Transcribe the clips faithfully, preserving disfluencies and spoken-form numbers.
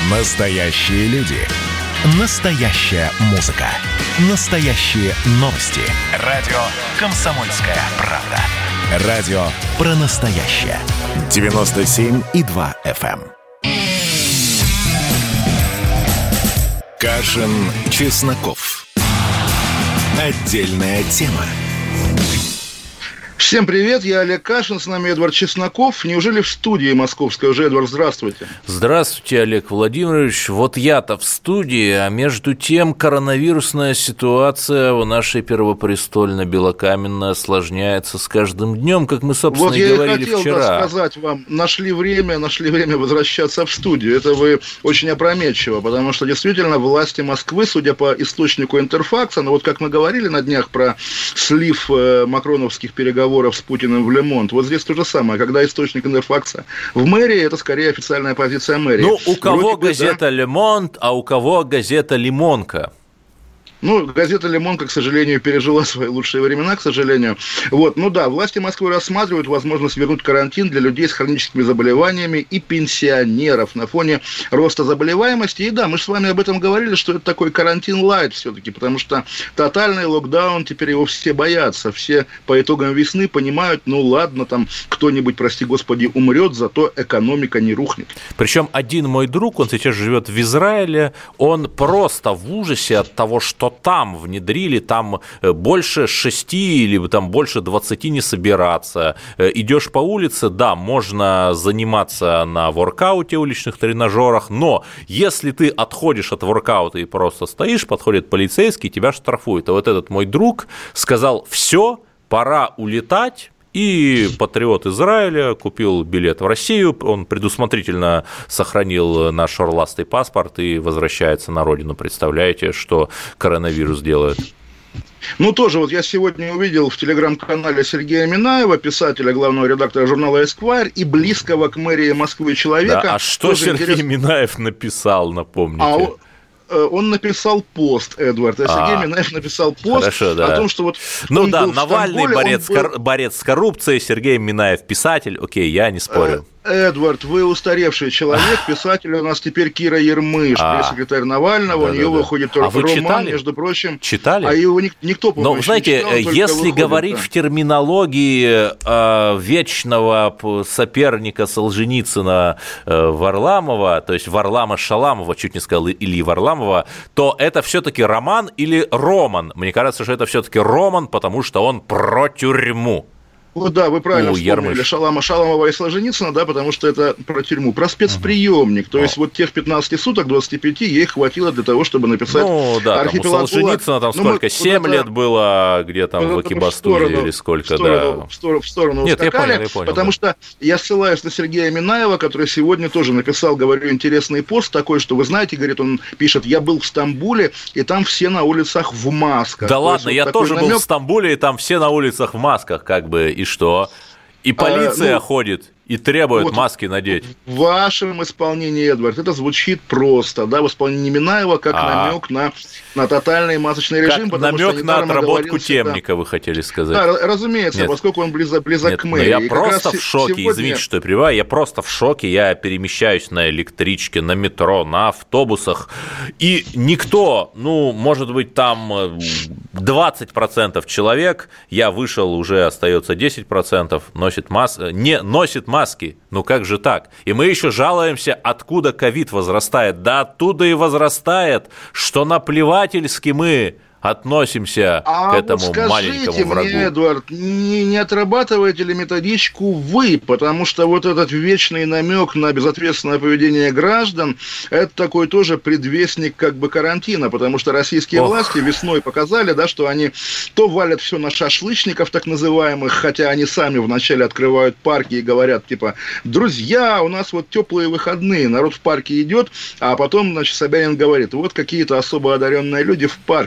Настоящие люди. Настоящая музыка. Настоящие новости. Радио «Комсомольская правда». Радио про настоящее. девяносто семь и два эф эм. Кашин, Чесноков. Отдельная тема. Всем привет, я Олег Кашин, с нами Эдвард Чесноков. Неужели в студии московской уже? Эдвард, здравствуйте. Здравствуйте, Олег Владимирович. Вот я-то в студии, а между тем коронавирусная ситуация в нашей Первопрестольно-Белокаменной осложняется с каждым днем, как мы, собственно, вот и говорили вчера. Вот я и хотел да, сказать вам, нашли время, нашли время возвращаться в студию. Это вы очень опрометчиво, потому что действительно власти Москвы, судя по источнику Интерфакса, ну вот как мы говорили на днях про слив э, макроновских переговоров с Путиным в Ле-Монт. Вот здесь то же самое. Когда источник Интерфакса в мэрии, это скорее официальная позиция мэрии. Ну, у кого Вроде газета да. «Ле-Монт», а у кого газета «Лимонка». Ну, газета «Лимонка», к сожалению, пережила свои лучшие времена, к сожалению. Вот, ну да, власти Москвы рассматривают возможность вернуть карантин для людей с хроническими заболеваниями и пенсионеров на фоне роста заболеваемости. И да, мы же с вами об этом говорили, что это такой карантин лайт все-таки, потому что тотальный локдаун, теперь его все боятся. Все по итогам весны понимают, ну ладно, там кто-нибудь, прости господи, умрет, зато экономика не рухнет. Причем один мой друг, он сейчас живет в Израиле, он просто в ужасе от того, что там внедрили, там больше шести или там больше двадцати не собираться. Идешь по улице, да, можно заниматься на воркауте, уличных тренажерах, но если ты отходишь от воркаута и просто стоишь, подходит полицейский, тебя штрафуют. А вот этот мой друг сказал: все, пора улетать. И патриот Израиля купил билет в Россию, он предусмотрительно сохранил наш орластый паспорт и возвращается на родину. Представляете, что коронавирус делает? Ну, тоже вот я сегодня увидел в телеграм-канале Сергея Минаева, писателя, главного редактора журнала «Эсквайр» и близкого к мэрии Москвы человека. Да, а что тоже Сергей интерес... Минаев написал, напомните? А... Он написал пост, Эдвард, а Сергей а, Минаев написал пост хорошо, да. о том, что вот ну он да, был Навальный в Стамбуле, борец, был... кор... борец с коррупцией, Сергей Минаев писатель, окей, я не спорю. Эдвард, вы устаревший человек, писатель у нас теперь Кира Ермыш, а, пресс-секретарь Навального, да, у нее да, выходит да. А роман, читали? между прочим. Читали? А его никто, по-моему, Но, знаете, не читал, если выходит, говорить да. в терминологии э, вечного соперника Солженицына э, Варламова, то есть Варлама Шаламова, чуть не сказал Ильи Варламова, то это все-таки роман или роман? Мне кажется, что это все-таки роман, потому что он про тюрьму. Вот да, вы правильно О, вспомнили Ярмыш. Шалама Шаламова и Солженицына, да, потому что это про тюрьму, про спецприемник. Uh-huh. То есть вот тех пятнадцати суток, двадцати пяти, ей хватило для того, чтобы написать ну, да, архипелаг. Ну, у Солженицына там сколько, мы, семь вот лет было, где там в Акибастузе или сколько, в сторону, да. В сторону, в сторону Нет, ускакали, я понял, я понял, потому да. что я ссылаюсь на Сергея Минаева, который сегодня тоже написал, говорю, интересный пост такой, что вы знаете, говорит, он пишет: я был в Стамбуле, и там все на улицах в масках. Да То ладно, вот я тоже намек... был в Стамбуле, и там все на улицах в масках, как бы, и что? И полиция а, ну, ходит и требует вот маски надеть. В вашем исполнении, Эдвард, это звучит просто, да, в исполнении Минаева, как а. намек на, на тотальный масочный режим. Как намек на отработку темника, да. Вы хотели сказать. Да, разумеется, Нет. поскольку он близок, близок Нет, к мэрии. Я просто в шоке, сегодня... извините, что я перебиваю, я просто в шоке, я перемещаюсь на электричке, на метро, на автобусах, и никто, ну, может быть, там двадцать процентов человек, я вышел, уже остается десять процентов, носит мас... не носит маски. Ну как же так? И мы еще жалуемся, откуда ковид возрастает. Да оттуда и возрастает, что наплевательски мы относимся а к этому вот скажите маленькому врагу. Мне, Эдуард, не, не отрабатываете ли методичку вы? Потому что вот этот вечный намек на безответственное поведение граждан, это такой тоже предвестник как бы карантина, потому что российские Ох. власти весной показали, да, что они то валят все на шашлычников так называемых, хотя они сами вначале открывают парки и говорят, типа, друзья, у нас вот теплые выходные, народ в парке идет, а потом, значит, Собянин говорит, вот какие-то особо одаренные люди в парке поперли.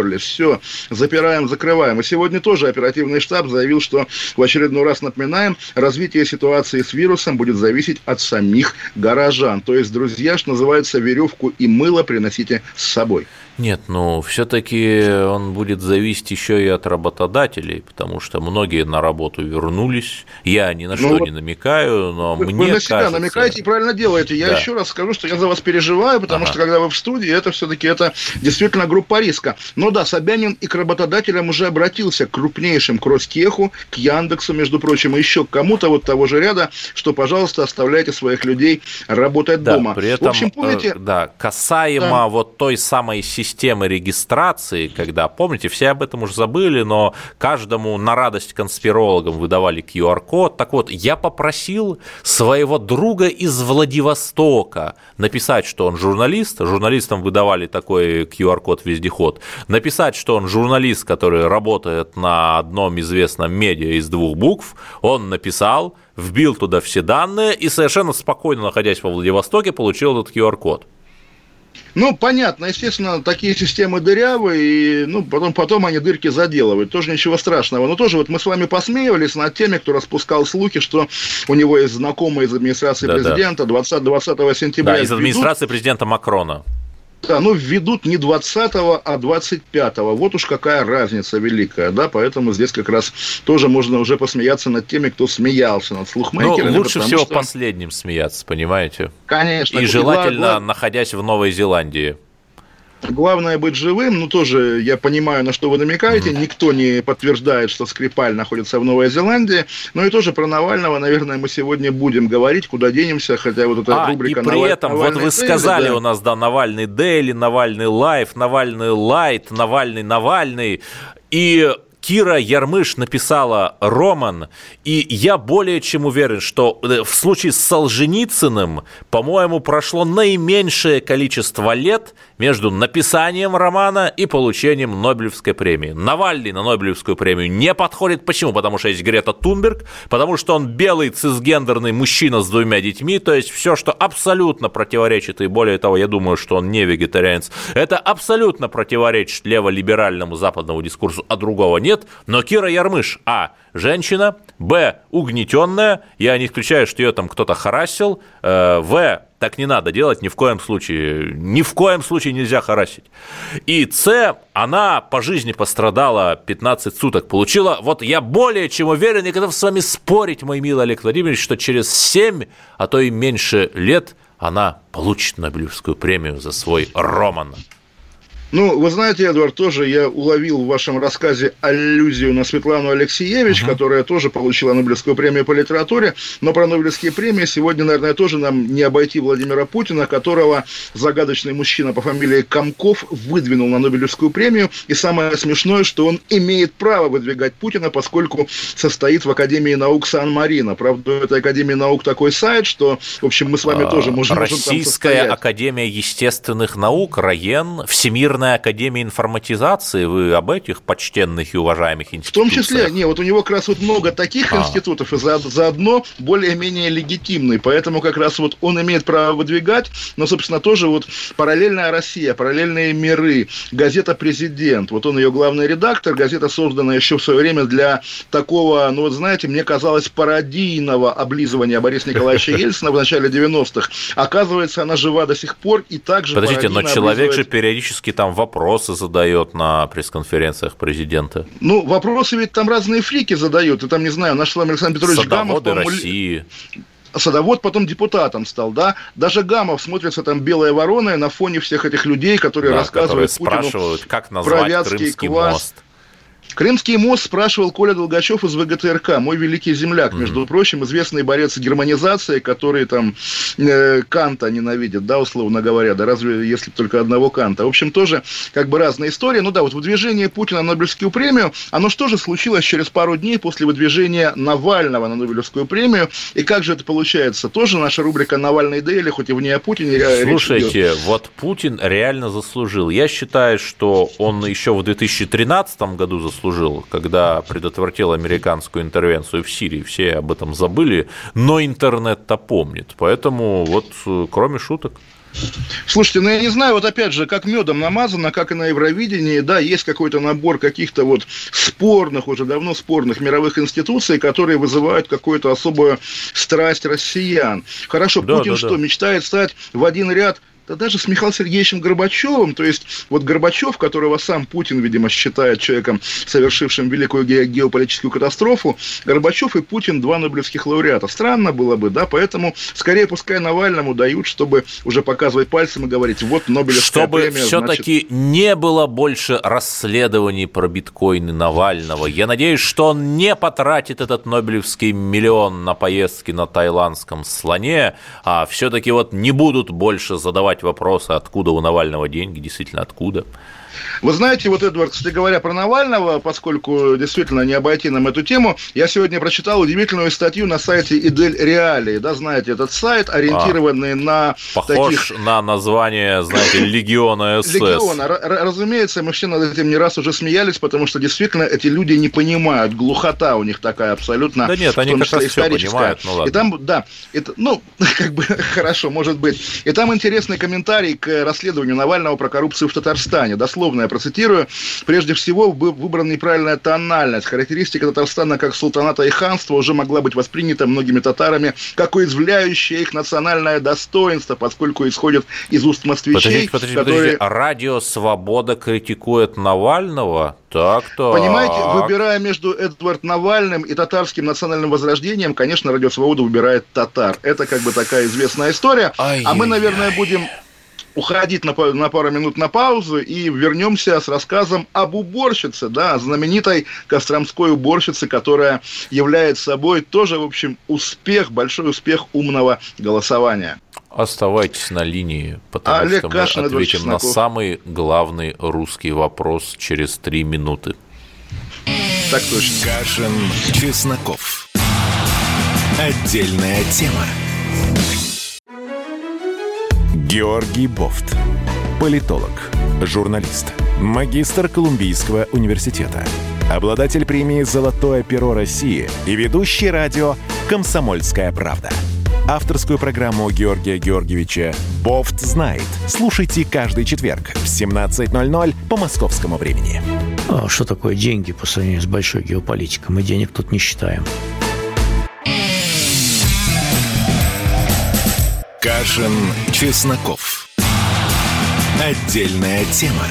уперлись, все, запираем, закрываем. И сегодня тоже оперативный штаб заявил, что в очередной раз напоминаем, развитие ситуации с вирусом будет зависеть от самих горожан. То есть, друзья, что называется, веревку и мыло приносите с собой. Нет, ну, все-таки он будет зависеть еще и от работодателей, потому что многие на работу вернулись. Я ни на что ну, не намекаю, но вы, мне вы на кажется... себя намекаете и правильно делаете. Я да. еще раз скажу, что я за вас переживаю, потому ага. что, когда вы в студии, это все-таки это действительно группа риска. Но да, Собянин и к работодателям уже обратился к крупнейшим, к Ростеху, к Яндексу, между прочим, и еще к кому-то вот того же ряда, что, пожалуйста, оставляйте своих людей работать да, дома. При этом, в общем, помните... Да, касаемо да. вот той самой системы, системы регистрации, когда, помните, все об этом уже забыли, но каждому на радость конспирологам выдавали ку ар код. Так вот, я попросил своего друга из Владивостока написать, что он журналист, журналистам выдавали такой ку ар код вездеход, написать, что он журналист, который работает на одном известном медиа из двух букв, он написал, вбил туда все данные и совершенно спокойно, находясь во Владивостоке, получил этот ку ар код. Ну, понятно, естественно, такие системы дырявые, и ну, потом, потом они дырки заделывают, тоже ничего страшного. Но тоже вот мы с вами посмеивались над теми, кто распускал слухи, что у него есть знакомые из администрации да, президента да. двадцатого сентября. Да, из администрации президента Макрона. Да, ну, введут не двадцатого, а двадцать пятого. Вот уж какая разница великая, да, поэтому здесь как раз тоже можно уже посмеяться над теми, кто смеялся над слухмейкерами. Ну, лучше всего что... последним смеяться, понимаете? Конечно. И желательно, глав... находясь в Новой Зеландии. Главное быть живым, ну, тоже я понимаю, на что вы намекаете, mm-hmm. никто не подтверждает, что Скрипаль находится в Новой Зеландии, но и тоже про Навального, наверное, мы сегодня будем говорить, куда денемся, хотя вот эта а, рубрика и при Наваль... этом, Навальный вот вы Дейли, сказали да. у нас, да, Навальный Дейли, Навальный Лайф, Навальный Лайт, Навальный Навальный, и... Кира Ярмыш написала «Роман», и я более чем уверен, что в случае с Солженицыным, по-моему, прошло наименьшее количество лет между написанием романа и получением Нобелевской премии. Навальный на Нобелевскую премию не подходит. Почему? Потому что есть Грета Тунберг, потому что он белый цисгендерный мужчина с двумя детьми, то есть все, что абсолютно противоречит, и более того, я думаю, что он не вегетарианец, это абсолютно противоречит леволиберальному западному дискурсу, а другого нет. Но Кира Ярмыш, а, женщина, б, угнетенная, я не исключаю, что ее там кто-то харассил, э, в, так не надо делать ни в коем случае, ни в коем случае нельзя харассить, и с, она по жизни пострадала пятнадцать суток, получила, вот я более чем уверен, и готов с вами спорить, мой милый Олег Владимирович, что через семь, а то и меньше лет она получит Нобелевскую премию за свой роман. Ну, вы знаете, Эдвард, тоже я уловил в вашем рассказе аллюзию на Светлану Алексеевич, uh-huh. которая тоже получила Нобелевскую премию по литературе, но про Нобелевские премии сегодня, наверное, тоже нам не обойти Владимира Путина, которого загадочный мужчина по фамилии Комков выдвинул на Нобелевскую премию, и самое смешное, что он имеет право выдвигать Путина, поскольку состоит в Академии наук Сан-Марино. Правда, у этой Академии наук такой сайт, что, в общем, мы с вами тоже можем, можем там состоять. Российская Академия естественных наук, РАЕН, Всемирная Академия информатизации, вы об этих почтенных и уважаемых институтах? В том числе, не, вот у него как раз вот много таких а. институтов, и за, заодно более-менее легитимный, поэтому как раз вот он имеет право выдвигать, но, собственно, тоже вот параллельная Россия, параллельные миры, газета «Президент», вот он ее главный редактор, газета создана еще в свое время для такого, ну вот знаете, мне казалось, пародийного облизывания Бориса Николаевича Ельцина в начале девяностых, оказывается, она жива до сих пор и также Подождите, но человек облизывает... же периодически там вопросы задает на пресс-конференциях президента. Ну, вопросы ведь там разные фрики задают. И там, не знаю, наш с вами Александр Петрович Гамов... Садоводы России. Садовод потом депутатом стал, да? Даже Гамов смотрится там белая ворона на фоне всех этих людей, которые да, рассказывают которые Путину спрашивают, как назвать Крымский квас. Мост. Крымский мост спрашивал Коля Долгачев из вэ гэ тэ эр ка, мой великий земляк, между mm-hmm. прочим, известный борец с германизацией, который там э, Канта ненавидит, да, условно говоря, да разве если только одного Канта. В общем, тоже как бы разная история. Ну да, вот выдвижение Путина на Нобелевскую премию, оно что же случилось через пару дней после выдвижения Навального на Нобелевскую премию, и как же это получается? Тоже наша рубрика «Навальный Дейли», хоть и вне о Путине. Слушайте, вот Путин реально заслужил. Я считаю, что он еще в две тысячи тринадцатом году заслужил, служил, когда предотвратил американскую интервенцию в Сирии. Все об этом забыли, но интернет-то помнит. Поэтому вот, кроме шуток. Слушайте, ну я не знаю, вот опять же, как медом намазано, как и на Евровидении, да, есть какой-то набор каких-то вот спорных, уже давно спорных мировых институций, которые вызывают какую-то особую страсть россиян. Хорошо, да, Путин да, что, да. мечтает стать в один ряд... Да даже с Михаилом Сергеевичем Горбачевым, то есть вот Горбачев, которого сам Путин, видимо, считает человеком, совершившим великую ге- геополитическую катастрофу, Горбачев и Путин два нобелевских лауреата. Странно было бы, да, поэтому скорее пускай Навальному дают, чтобы уже показывать пальцем и говорить, вот Нобелевская чтобы премия. Чтобы все-таки значит... не было больше расследований про биткоины Навального. Я надеюсь, что он не потратит этот нобелевский миллион на поездки на тайландском слоне, а все-таки вот не будут больше задавать вопросы, откуда у Навального деньги, действительно, откуда. Вы знаете, вот, Эдвард, кстати говоря, про Навального, поскольку действительно не обойти нам эту тему, я сегодня прочитал удивительную статью на сайте Идель Реалии, да, знаете, этот сайт, ориентированный а, на похож таких... на название, знаете, Легиона СС. Легиона, разумеется, мы все над этим не раз уже смеялись, потому что действительно эти люди не понимают, глухота у них такая абсолютно. Да нет, они как раз все понимают, ну ладно. И там, да, это, ну, как бы, хорошо, может быть. И там интересный комментарий к расследованию Навального про коррупцию в Татарстане, дословно я процитирую. Прежде всего, выбрана неправильная тональность. Характеристика Татарстана как султаната и ханства уже могла быть воспринята многими татарами как уязвляющее их национальное достоинство, поскольку исходит из уст москвичей. Подождите, подождите, которые... подождите. Радио «Свобода» критикует Навального? Так-то. Понимаете, выбирая между Эдвард Навальным и татарским национальным возрождением, конечно, Радио «Свобода» выбирает татар. Это как бы такая известная история. Ай-яй-яй. А мы, наверное, будем... уходить на, на пару минут на паузу и вернемся с рассказом об уборщице, да, знаменитой костромской уборщице, которая является собой тоже, в общем, успех, большой успех умного голосования. Оставайтесь на линии, потому Олег что Кашин, мы ответим на самый главный русский вопрос через три минуты. Так точно. Кашин, Чесноков. Отдельная тема. Георгий Бофт. Политолог, журналист, магистр Колумбийского университета, обладатель премии «Золотое перо России» и ведущий радио «Комсомольская правда». Авторскую программу Георгия Георгиевича «Бофт знает». Слушайте каждый четверг в семнадцать ноль ноль по московскому времени. А что такое деньги по сравнению с большой геополитикой? Мы денег тут не считаем. Кашин, Чесноков. Отдельная тема.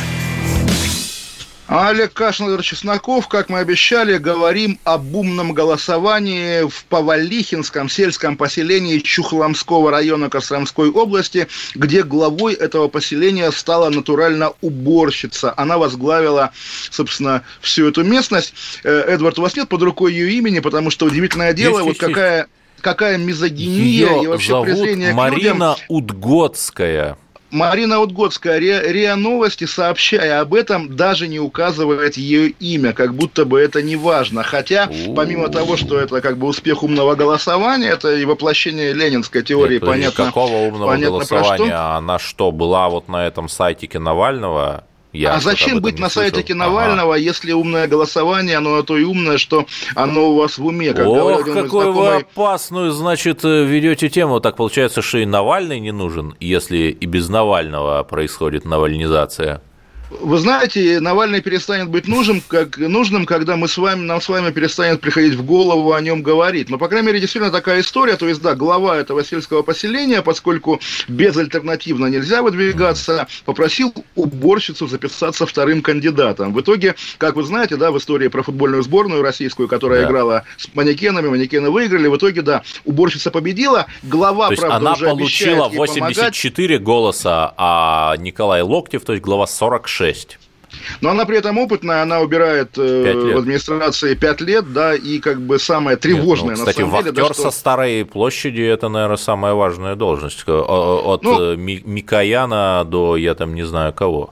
Олег Кашин, Владимир Чесноков, как мы обещали, говорим об умном голосовании в Повалихинском сельском поселении Чухломского района Костромской области, где главой этого поселения стала натурально уборщица. Она возглавила, собственно, всю эту местность. Эдвард, у вас нет под рукой ее имени, потому что удивительное дело, есть, вот есть, какая... Какая мизогиния Её и вообще зовут презрение Марина к людям. Марина Удгодская. Марина Удгодская, РИА Новости, сообщая об этом, даже не указывает ее имя, как будто бы это не важно. Хотя, У-у-у. помимо того, что это как бы успех умного голосования, это и воплощение ленинской теории, Нет, понятно. Какого умного понятно, голосования? Она что, была вот на этом сайтике Навального? Я а зачем быть на сайтике Навального, ага. если умное голосование, оно на то и умное, что оно у вас в уме? Как Ох, какую знакомый... вы опасную, значит, ведете тему. Так получается, что и Навальный не нужен, если и без Навального происходит навальнизация. Вы знаете, Навальный перестанет быть нужным, как, нужным, когда мы с вами, нам с вами перестанет приходить в голову о нем говорить. Но, по крайней мере, действительно такая история. То есть, да, глава этого сельского поселения, поскольку безальтернативно нельзя выдвигаться, попросил уборщицу записаться вторым кандидатом. В итоге, как вы знаете, да, в истории про футбольную сборную российскую, которая да. играла с манекенами, манекены выиграли, в итоге, да, уборщица победила. Глава, то есть правда, она уже получила восемьдесят четыре голоса, а Николай Локтев, то есть глава сорок шесть. Но она при этом опытная, она убирает э, в администрации пять лет, да, и как бы самое тревожное, Нет, ну, кстати, на самом деле... Кстати, вахтер да, со Старой площади – это, наверное, самая важная должность. От ну, Микояна до, я там не знаю кого.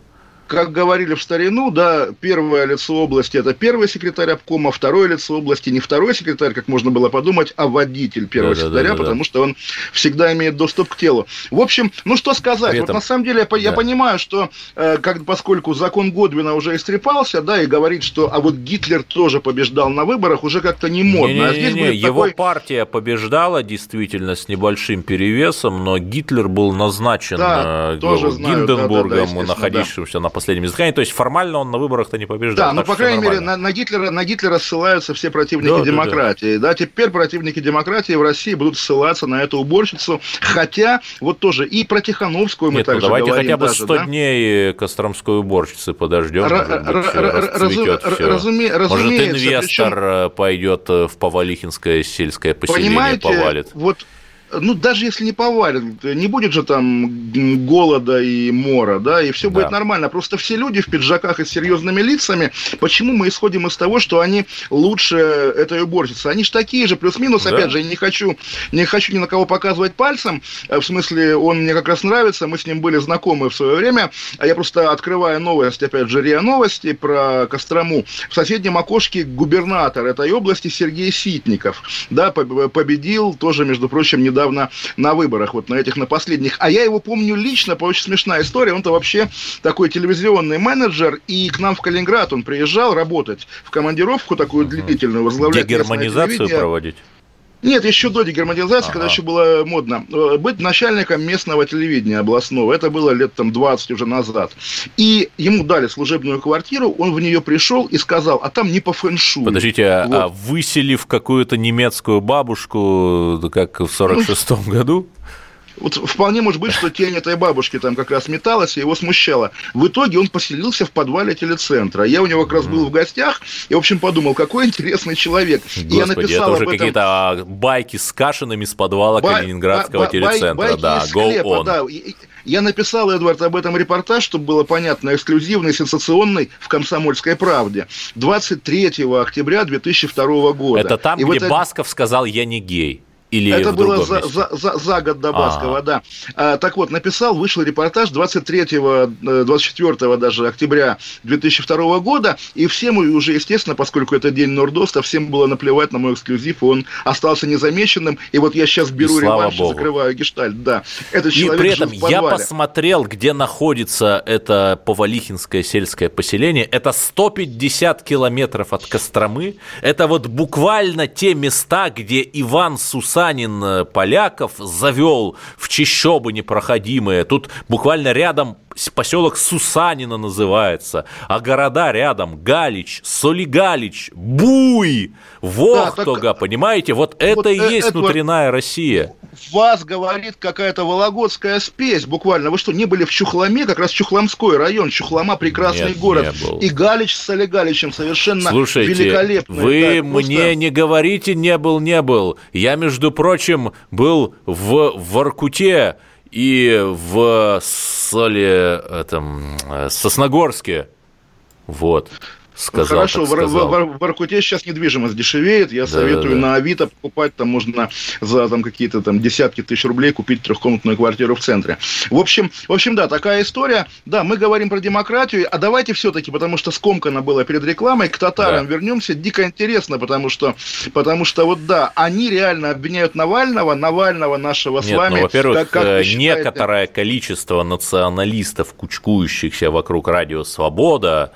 как говорили в старину, да, первое лицо области – это первый секретарь обкома, второе лицо области не второй секретарь, как можно было подумать, а водитель первого да, секретаря, да, да, да, потому да. что он всегда имеет доступ к телу. В общем, ну что сказать, этом... вот на самом деле я, да. я понимаю, что э, как, поскольку закон Годвина уже истрепался, да, и говорит, что а вот Гитлер тоже побеждал на выборах, уже как-то не модно. Не, не, а здесь не, не, его такой... партия побеждала действительно с небольшим перевесом, но Гитлер был назначен да, Гинденбургом, да, да, да, находившимся да. на последнем издыхании, то есть формально он на выборах-то не побеждал. Да, но, по крайней мере, на, на, Гитлера, на Гитлера ссылаются все противники да, демократии. Да, да. да, теперь противники демократии в России будут ссылаться на эту уборщицу, хотя, вот тоже, и про Тихановскую мы Нет, также ну, давайте говорим. хотя бы даже, сто да? дней Костромской уборщицы подождем, Р- может быть, расцветет все. Разуме, может, инвестор причем... пойдет в Повалихинское сельское поселение, понимаете, повалит. Вот ну, даже если не повалит, не будет же там голода и мора, да, и все да. будет нормально. Просто все люди в пиджаках и с серьезными лицами, почему мы исходим из того, что они лучше этой уборщицы? Они же такие же, плюс-минус, да. опять же, я не хочу, не хочу ни на кого показывать пальцем, в смысле, он мне как раз нравится, мы с ним были знакомы в свое время, а я просто открываю новость, опять же, РИА Новости про Кострому. В соседнем окошке губернатор этой области Сергей Ситников, да, победил, тоже, между прочим, недавно недавно на выборах, вот на этих, на последних. А я его помню лично, очень смешная история. Он-то вообще такой телевизионный менеджер, и к нам в Калининград он приезжал работать в командировку такую длительную, возглавлять дегерманизацию проводить? Нет, еще до дегерманизации, ага. когда еще было модно быть начальником местного телевидения областного. Это было лет там двадцать уже назад. И ему дали служебную квартиру, он в нее пришел и сказал, а там не по фэншую. Подождите, вот. а выселив какую-то немецкую бабушку, как в сорок шестом году? Вот вполне может быть, что тень этой бабушки там как раз металась и его смущала. В итоге он поселился в подвале телецентра. Я у него как раз был в гостях и, в общем, подумал, какой интересный человек. Господи, и я написал это уже об этом... какие-то байки с Кашиным из подвала ба- Калининградского ба- телецентра. Байки да, из склепа, go on. да. Я написал, Эдвард, об этом репортаж, чтобы было понятно, эксклюзивный, сенсационный в «Комсомольской правде». двадцать третьего октября две тысячи второго года. Это там, и где это... Басков сказал «я не гей». Или это было за, за, за, за год до Баскова, А-а-а. да. А, так вот, написал, вышел репортаж двадцать третьего, двадцать четвёртого даже октября две тысячи второго года, и всем уже, естественно, поскольку это день Нордоста, всем было наплевать на мой эксклюзив, он остался незамеченным, и вот я сейчас беру реванш и закрываю гештальт, да. Этот и при этом я посмотрел, где находится это Повалихинское сельское поселение, это сто пятьдесят километров от Костромы, это вот буквально те места, где Иван Сусанин Поляков завел в чащобы непроходимые. Тут буквально рядом поселок Сусанина называется, а города рядом Галич, Солигалич, Буй, Вохтога, да, так, понимаете? Вот, вот это и есть это, внутренняя Россия. Вас говорит какая-то вологодская спесь, буквально. Вы что, не были в Чухломе? Как раз Чухломской район, Чухлома прекрасный Нет, город. И Галич с Солигаличем совершенно Слушайте, великолепный. Вы да, мне просто... не говорите «не был, не был». Я, между прочим, был в Воркуте и в Соли, этом, Сосногорске. Вот. Сказал, Хорошо, в, в, в, в Воркуте сейчас недвижимость дешевеет, я да, советую да, да. на Авито покупать, там можно за там, какие-то там десятки тысяч рублей купить трехкомнатную квартиру в центре. В общем, в общем, да, такая история. Да, мы говорим про демократию, а давайте все-таки, потому что скомкано было перед рекламой, к татарам да. вернемся. Дико интересно, потому что, потому что вот да, они реально обвиняют Навального, Навального нашего с Нет, вами. Ну, во-первых, как, как некоторое количество националистов, кучкующихся вокруг Радио Свобода,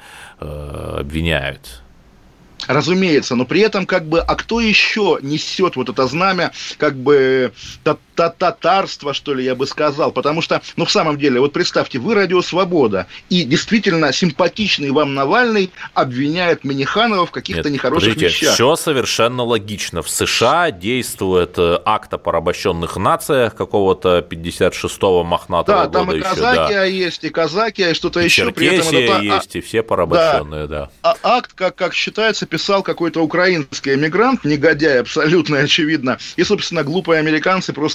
обвиняют. Разумеется, но при этом как бы, а кто еще несет вот это знамя, как бы татарства, что ли, я бы сказал, потому что, ну, в самом деле, вот представьте, вы Радио Свобода, и действительно симпатичный вам Навальный обвиняет Минниханова в каких-то Нет, нехороших подождите, вещах. Все совершенно логично. В США действует акт о порабощенных нациях какого-то пятьдесят шестого мохнатого да, года еще. Да, там и казаки да. есть, и казаки, и что-то и еще. Черкесия при этом это, есть, а, и все порабощенные, да. да. А акт, как, как считается, писал какой-то украинский эмигрант, негодяй абсолютно очевидно, и, собственно, глупые американцы просто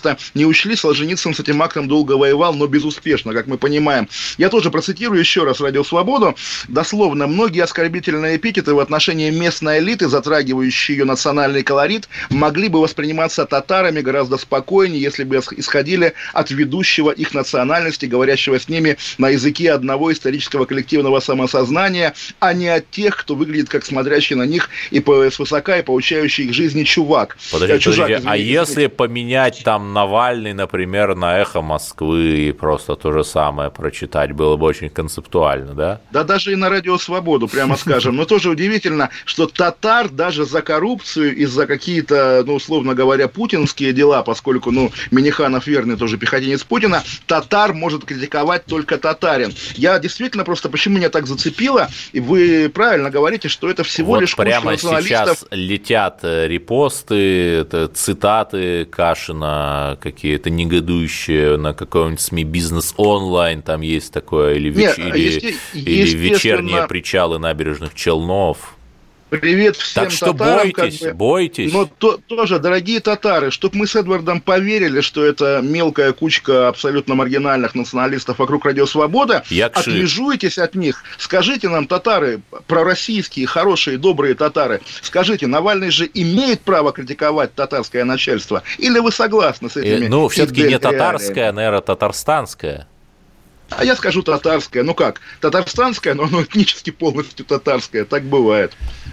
просто не учли. Солженицын с этим актом долго воевал, но безуспешно, как мы понимаем. Я тоже процитирую еще раз «Радио Свободу». Дословно, многие оскорбительные эпитеты в отношении местной элиты, затрагивающие ее национальный колорит, могли бы восприниматься татарами гораздо спокойнее, если бы исходили от ведущего их национальности, говорящего с ними на языке одного исторического коллективного самосознания, а не от тех, кто выглядит как смотрящий на них и по, свысока, и поучающий их жизни чувак. Подождите, Чужак, подождите. извините, а извините. если поменять там Навальный, например, на «Эхо Москвы» и просто то же самое прочитать, было бы очень концептуально, да? Да даже и на «Радио Свободу», прямо скажем. Но тоже удивительно, что татар даже за коррупцию и за какие-то, ну, условно говоря, путинские дела, поскольку, ну, Миниханов верный тоже пехотинец Путина, татар может критиковать только татарин. Я действительно просто, почему меня так зацепило, и вы правильно говорите, что это всего вот лишь куча прямо националистов. сейчас летят репосты, это цитаты Кашина какие-то негодующие на каком-нибудь СМИ «Бизнес онлайн», там есть такое, или, веч... Нет, или, есте... или вечерние причалы набережных Челнов. Привет всем так что татарам. бойтесь, как бы. бойтесь. Но то, тоже, дорогие татары, чтобы мы с Эдвардом поверили, что это мелкая кучка абсолютно маргинальных националистов вокруг «Радио Свобода», Якши. отмежуйтесь от них. Скажите нам, татары, пророссийские, хорошие, добрые татары, скажите, Навальный же имеет право критиковать татарское начальство? Или вы согласны с этими? Э, ну, все-таки не реалиями? татарское, наверное, татарстанское. А я скажу татарское. Ну как, татарстанское, но оно этнически полностью татарское. Так бывает.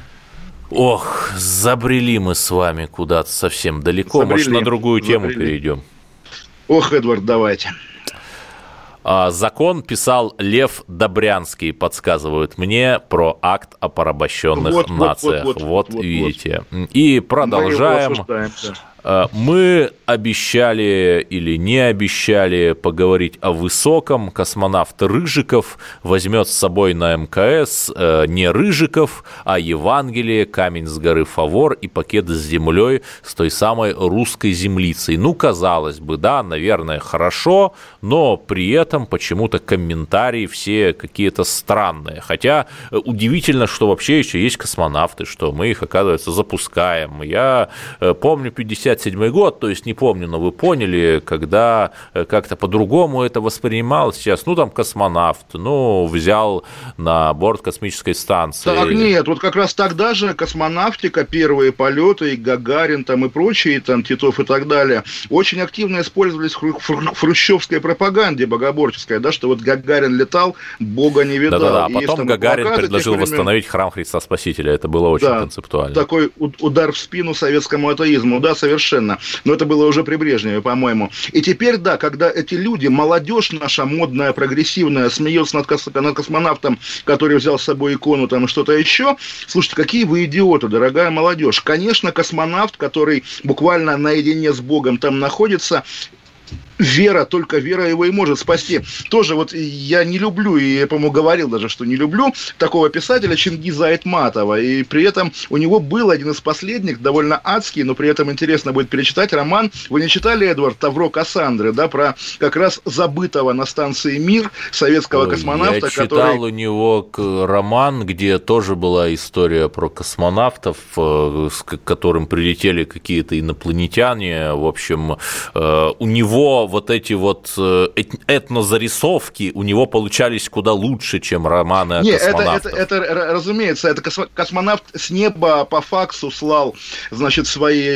Ох, забрели мы с вами куда-то совсем далеко. Забрели, Может, на другую тему забрели. перейдем? Ох, Эдвард, давайте. А, закон писал Лев Добрянский, подсказывают мне, про акт о порабощенных вот, вот, нациях. Вот, вот, вот, вот, видите. Вот. И продолжаем. Мы обещали или не обещали поговорить о высоком. Космонавт Рыжиков возьмет с собой на МКС э, не Рыжиков, а Евангелие, камень с горы Фавор и пакет с землей, с той самой русской землицей. Ну, казалось бы, да, наверное, хорошо, но при этом почему-то комментарии все какие-то странные. Хотя удивительно, что вообще еще есть космонавты, что мы их, оказывается, запускаем. Я помню пятьдесят седьмой год, то есть не помню, но вы поняли, когда как-то по-другому это воспринималось сейчас. Ну, там космонавт, ну, взял на борт космической станции. Так нет, вот как раз тогда же космонавтика, первые полеты, и Гагарин там и прочие, там Титов и так далее, очень активно использовались в хрущевской пропаганде богоборческой, да, что вот Гагарин летал, Бога не видал. Да-да-да, а потом Гагарин предложил восстановить храм Христа Спасителя, это было очень да, концептуально. Такой удар в спину советскому атеизму, да, совершенно. Но это было уже при Брежневе, по-моему. И теперь, да, когда эти люди, молодежь наша модная, прогрессивная, смеется над, кос- над космонавтом, который взял с собой икону там и что-то еще, слушайте, какие вы идиоты, дорогая молодежь. Конечно, космонавт, который буквально наедине с Богом там находится, вера, только вера его и может спасти. Тоже вот я не люблю, и я, по-моему, говорил даже, что не люблю такого писателя Чингиза Айтматова, и при этом у него был один из последних, довольно адский, но при этом интересно будет перечитать роман. Вы не читали, Эдвард, «Тавро Кассандры», да, про как раз забытого на станции «Мир» советского Ой, космонавта, я читал который... у него роман, где тоже была история про космонавтов, с которым прилетели какие-то инопланетяне, в общем, у него вот эти вот этнозарисовки у него получались куда лучше, чем романы о Не, космонавтах. Это, это, это, разумеется, это космонавт с неба по факсу слал, значит,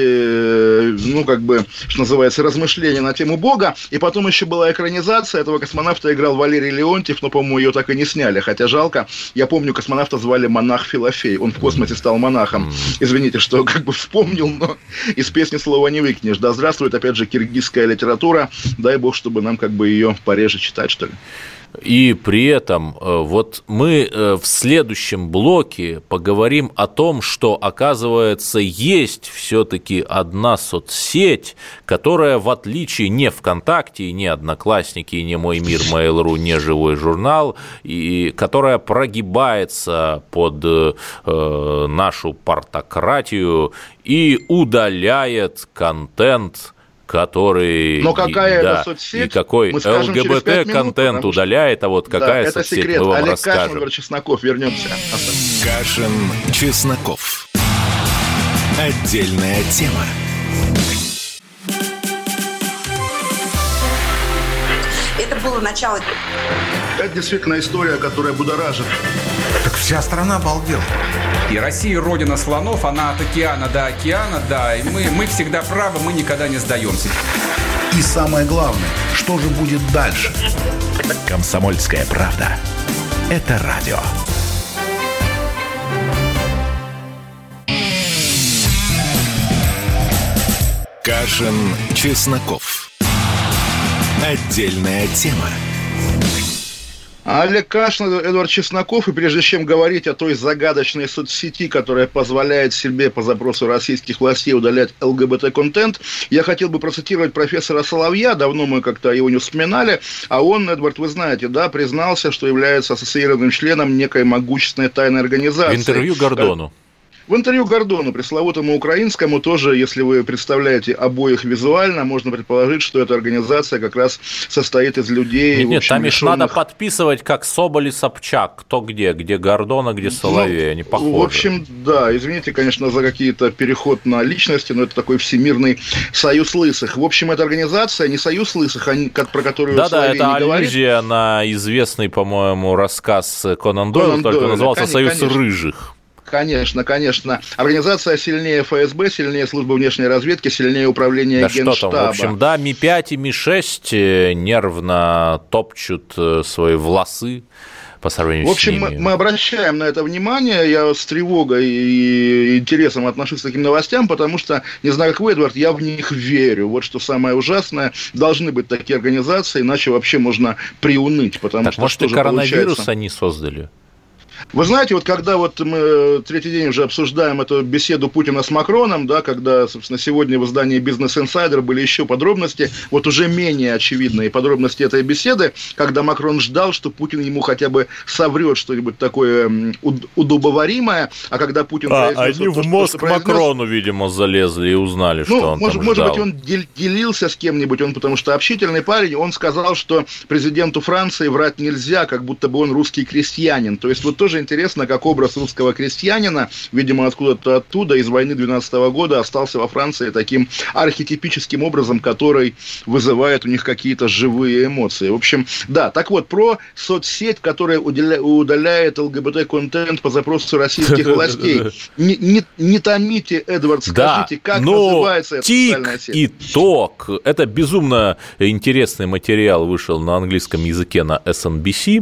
свои, ну, как бы, что называется, размышления на тему Бога, и потом еще была экранизация, этого космонавта играл Валерий Леонтьев, но, по-моему, ее так и не сняли, хотя жалко, я помню, космонавта звали монах Филофей, он в космосе стал монахом, извините, что как бы вспомнил, но из песни слова не выкинешь, да, здравствует, опять же, киргизская литература, дай бог, чтобы нам как бы ее пореже читать, что ли. И при этом вот мы в следующем блоке поговорим о том, что, оказывается, есть все-таки одна соцсеть, которая, в отличие не ВКонтакте, не Одноклассники, не Мой мир, Mail.ru, не Живой журнал, и которая прогибается под э, нашу партократию и удаляет контент, который... Но какая да, это соцсеть? И какой ЛГБТ-контент удаляет, а вот какая да, соцсеть, это секрет. мы вам Олег расскажем. Кашин, Игорь Чесноков, вернемся. Кашин, Чесноков. Отдельная тема. было начало. Это действительно история, которая будоражит. Так вся страна обалдела. И Россия родина слонов, она от океана до океана, да, и мы, мы всегда правы, мы никогда не сдаемся. И самое главное, что же будет дальше? «Комсомольская правда». Это радио. Кашин, Чесноков. Отдельная тема. Олег Кашин, Эдвард Чесноков. И прежде чем говорить о той загадочной соцсети, которая позволяет себе по запросу российских властей удалять ЛГБТ-контент, я хотел бы процитировать профессора Соловья. Давно мы как-то его не вспоминали. А он, Эдвард, вы знаете, да, признался, что является ассоциированным членом некой могущественной тайной организации. В интервью Гордону. В интервью Гордону, пресловутому украинскому, тоже, если вы представляете обоих визуально, можно предположить, что эта организация как раз состоит из людей... Нет, нет, общем, там лишенных... надо подписывать, как Соболь и Собчак, кто где, где Гордона, где Соловей, ну, они похожи. В общем, да, извините, конечно, за какие-то переход на личности, но это такой всемирный союз лысых. В общем, эта организация, не союз лысых, они, про которую да, Соловей да, не это говорит. аллюзия на известный, по-моему, рассказ Конан Дойла, Конан только Дойла, назывался конечно, «Союз конечно. рыжих». Конечно, конечно. Организация сильнее эф эс бэ, сильнее службы внешней разведки, сильнее управления да Генштаба. Что там, в общем, да, Ми пять и Ми шесть нервно топчут свои волосы по сравнению в общем, с ними. Мы, мы обращаем на это внимание. Я с тревогой и интересом отношусь к таким новостям, потому что, не знаю, как вы, Эдвард, я в них верю. Вот что самое ужасное. Должны быть такие организации, иначе вообще можно приуныть. Потому так, что, может, что и коронавирус получается? Они создали? Вы знаете, вот когда вот мы третий день уже обсуждаем эту беседу Путина с Макроном, да, когда, собственно, сегодня в издании «Бизнес Инсайдер» были еще подробности, вот уже менее очевидные подробности этой беседы, когда Макрон ждал, что Путин ему хотя бы соврет что-нибудь такое удобоваримое, а когда Путин... А, произнес, они вот, в то, мозг произнес, Макрону, видимо, залезли и узнали, ну, что он может, там может ждал. быть, он делился с кем-нибудь, он потому что общительный парень, он сказал, что президенту Франции врать нельзя, как будто бы он русский крестьянин. То есть вот тоже интересно, как образ русского крестьянина, видимо, откуда-то оттуда, из войны двенадцатого года, остался во Франции таким архетипическим образом, который вызывает у них какие-то живые эмоции. В общем, да, так вот, про соцсеть, которая удаляет ЛГБТ-контент по запросу российских властей. Не, не, не томите, Эдвард, скажите, да, как но называется эта социальная сеть? ТикТок. Это безумно интересный материал, вышел на английском языке на эс эн би си.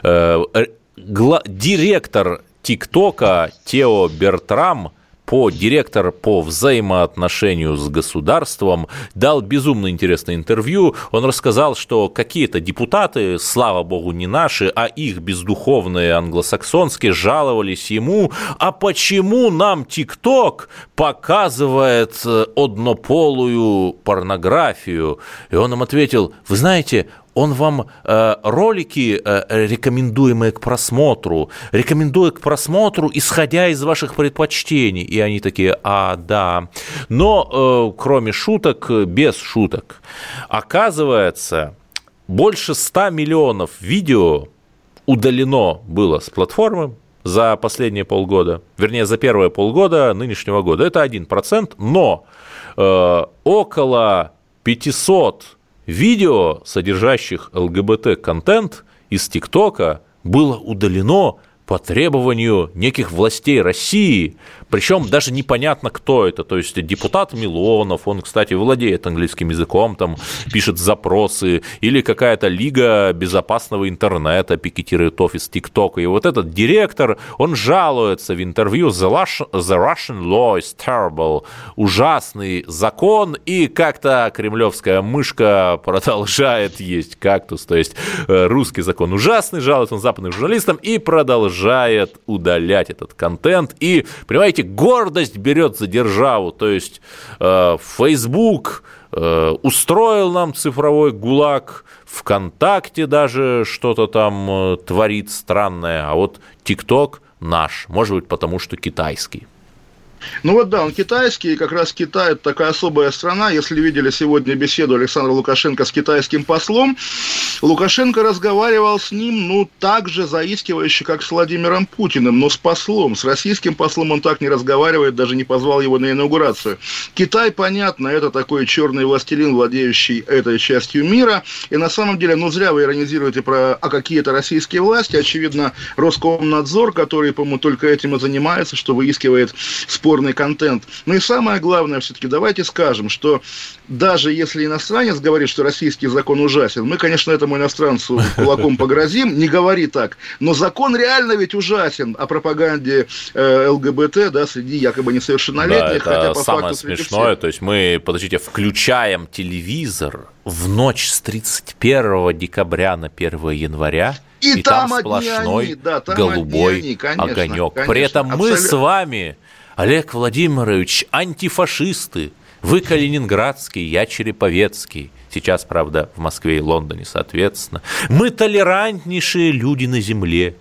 Директор ТикТока Тео Бертрам, по директор по взаимоотношению с государством, дал безумно интересное интервью. Он рассказал, что какие-то депутаты, слава богу, не наши, а их бездуховные англосаксонские, жаловались ему, а почему нам ТикТок показывает однополую порнографию? И он им ответил: вы знаете, он вам э, ролики, э, рекомендуемые к просмотру, рекомендует к просмотру, исходя из ваших предпочтений. И они такие: а, да. Но э, кроме шуток, без шуток, оказывается, больше ста миллионов видео удалено было с платформы за последние полгода, вернее, за первые полгода нынешнего года. Это один процент, но э, около пятьсот видео, содержащих ЛГБТ-контент из ТикТока, было удалено по требованию неких властей России, причем даже непонятно, кто это, то есть депутат Милонов, он, кстати, владеет английским языком, там пишет запросы, или какая-то лига безопасного интернета пикетирует офис ТикТока, и вот этот директор, он жалуется в интервью: The Russian, the Russian law is terrible, ужасный закон, и как-то кремлевская мышка продолжает есть кактус, то есть русский закон ужасный, жалуется он западным журналистам и продолжает удалять этот контент. И, понимаете, гордость берет за державу. То есть э, Facebook э, устроил нам цифровой ГУЛАГ, ВКонтакте даже что-то там э, творит странное, а вот ТикТок наш. Может быть, потому что китайский. Ну вот да, он китайский, и как раз Китай – это такая особая страна. Если видели сегодня беседу Александра Лукашенко с китайским послом, Лукашенко разговаривал с ним, ну, так же заискивающе, как с Владимиром Путиным, но с послом. С российским послом он так не разговаривает, даже не позвал его на инаугурацию. Китай, понятно, это такой черный властелин, владеющий этой частью мира. И на самом деле, ну, зря вы иронизируете про а какие-то российские власти. Очевидно, Роскомнадзор, который, по-моему, только этим и занимается, что выискивает спорные контент. Ну и самое главное, все-таки давайте скажем, что даже если иностранец говорит, что российский закон ужасен, мы, конечно, этому иностранцу кулаком погрозим, не говори так, но закон реально ведь ужасен о пропаганде э, ЛГБТ, да, среди якобы несовершеннолетних. Да, это хотя по самое факту смешное, то есть мы, подождите, включаем телевизор в ночь с тридцать первого декабря на первое января, и, и там, там сплошной они, да, там голубой они, конечно, огонек. Конечно, При этом абсолютно. Мы с вами, Олег Владимирович, антифашисты. Вы калининградский, я череповецкий. Сейчас, правда, в Москве и Лондоне, соответственно. Мы толерантнейшие люди на земле.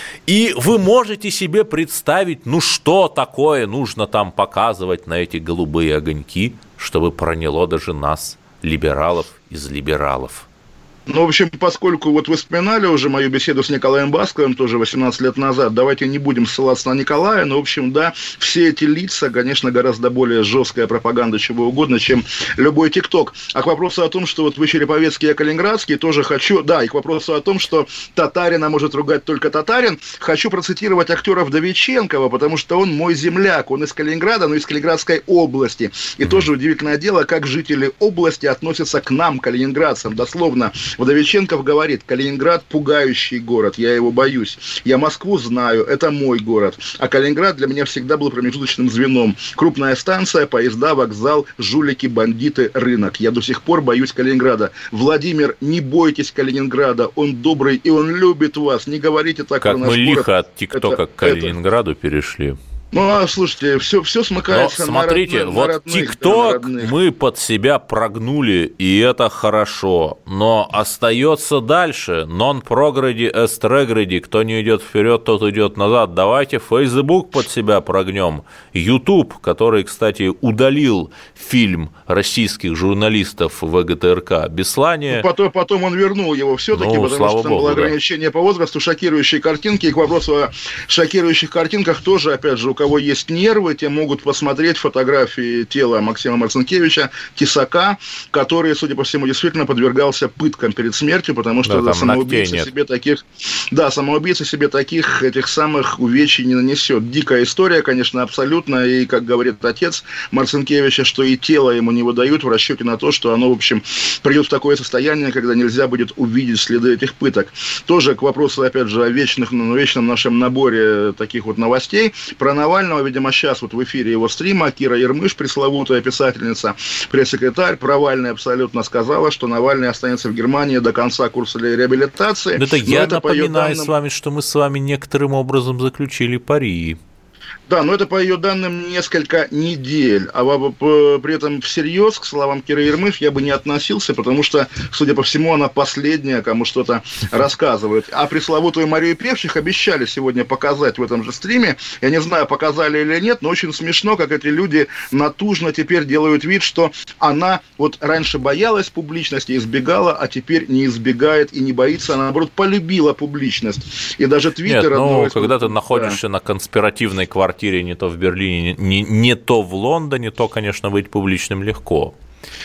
И вы можете себе представить, ну что такое нужно там показывать на эти голубые огоньки, чтобы проняло даже нас, либералов из либералов. Ну, в общем, поскольку вот вы вспоминали уже мою беседу с Николаем Басковым, тоже восемнадцать лет назад, давайте не будем ссылаться на Николая, но, в общем, да, все эти лица, конечно, гораздо более жесткая пропаганда, чего угодно, чем любой ТикТок. А к вопросу о том, что вот вы череповецкий, я калининградский, тоже хочу, да, и к вопросу о том, что татарина может ругать только татарин, хочу процитировать актера Вдовиченкова, потому что он мой земляк, он из Калининграда, но из Калининградской области. И mm-hmm. тоже удивительное дело, как жители области относятся к нам, калининградцам, дословно. Вдовиченков говорит: Калининград пугающий город, я его боюсь. Я Москву знаю, это мой город. А Калининград для меня всегда был промежуточным звеном. Крупная станция, поезда, вокзал, жулики, бандиты, рынок. Я до сих пор боюсь Калининграда. Владимир, не бойтесь Калининграда, он добрый и он любит вас. Не говорите так как про наш город. Как мы лихо от ТикТока к Калининграду это... перешли. Ну, а слушайте, все, все смыкается. Но смотрите, на родных, вот на родных, ТикТок да, мы под себя прогнули, и это хорошо. Но остается дальше. Non-progredi est regredi. Кто не идет вперед, тот идет назад. Давайте Facebook под себя прогнем. YouTube, который, кстати, удалил фильм российских журналистов ВГТРК «Беслане». Ну, потом, потом он вернул его все-таки, ну, потому что там Богу, было ограничение да. по возрасту, шокирующие картинки. И к вопросу о шокирующих картинках тоже, опять же, у кого есть нервы, те могут посмотреть фотографии тела Максима Марцинкевича, тесака, который, судя по всему, действительно подвергался пыткам перед смертью, потому что да, самоубийца себе таких, да, самоубийца себе таких этих самых увечий не нанесет. Дикая история, конечно, абсолютно, и, как говорит отец Марцинкевича, что и тело ему не выдают в расчете на то, что оно, в общем, придет в такое состояние, когда нельзя будет увидеть следы этих пыток. Тоже к вопросу, опять же, о вечных, ну, вечном нашем наборе таких вот новостей. Про Навального, видимо, сейчас вот в эфире его стрима Кира Ермыш, пресловутая писательница, пресс-секретарь, провальная абсолютно сказала, что Навальный останется в Германии до конца курса реабилитации. Это я это напоминаю данным... с вами, что мы с вами некоторым образом заключили пари. Да, но это, по ее данным, несколько недель. А при этом всерьез к словам Киры Ермыш я бы не относился, потому что, судя по всему, она последняя, кому что-то рассказывает. А пресловутую Марию Певчих обещали сегодня показать в этом же стриме. Я не знаю, показали или нет, но очень смешно, как эти люди натужно теперь делают вид, что она вот раньше боялась публичности, избегала, а теперь не избегает и не боится, она, наоборот, полюбила публичность. И даже Твиттер... Нет, ну, когда ты находишься да. на конспиративной квартире, не то в Берлине, не, не то в Лондоне, то, конечно, быть публичным легко.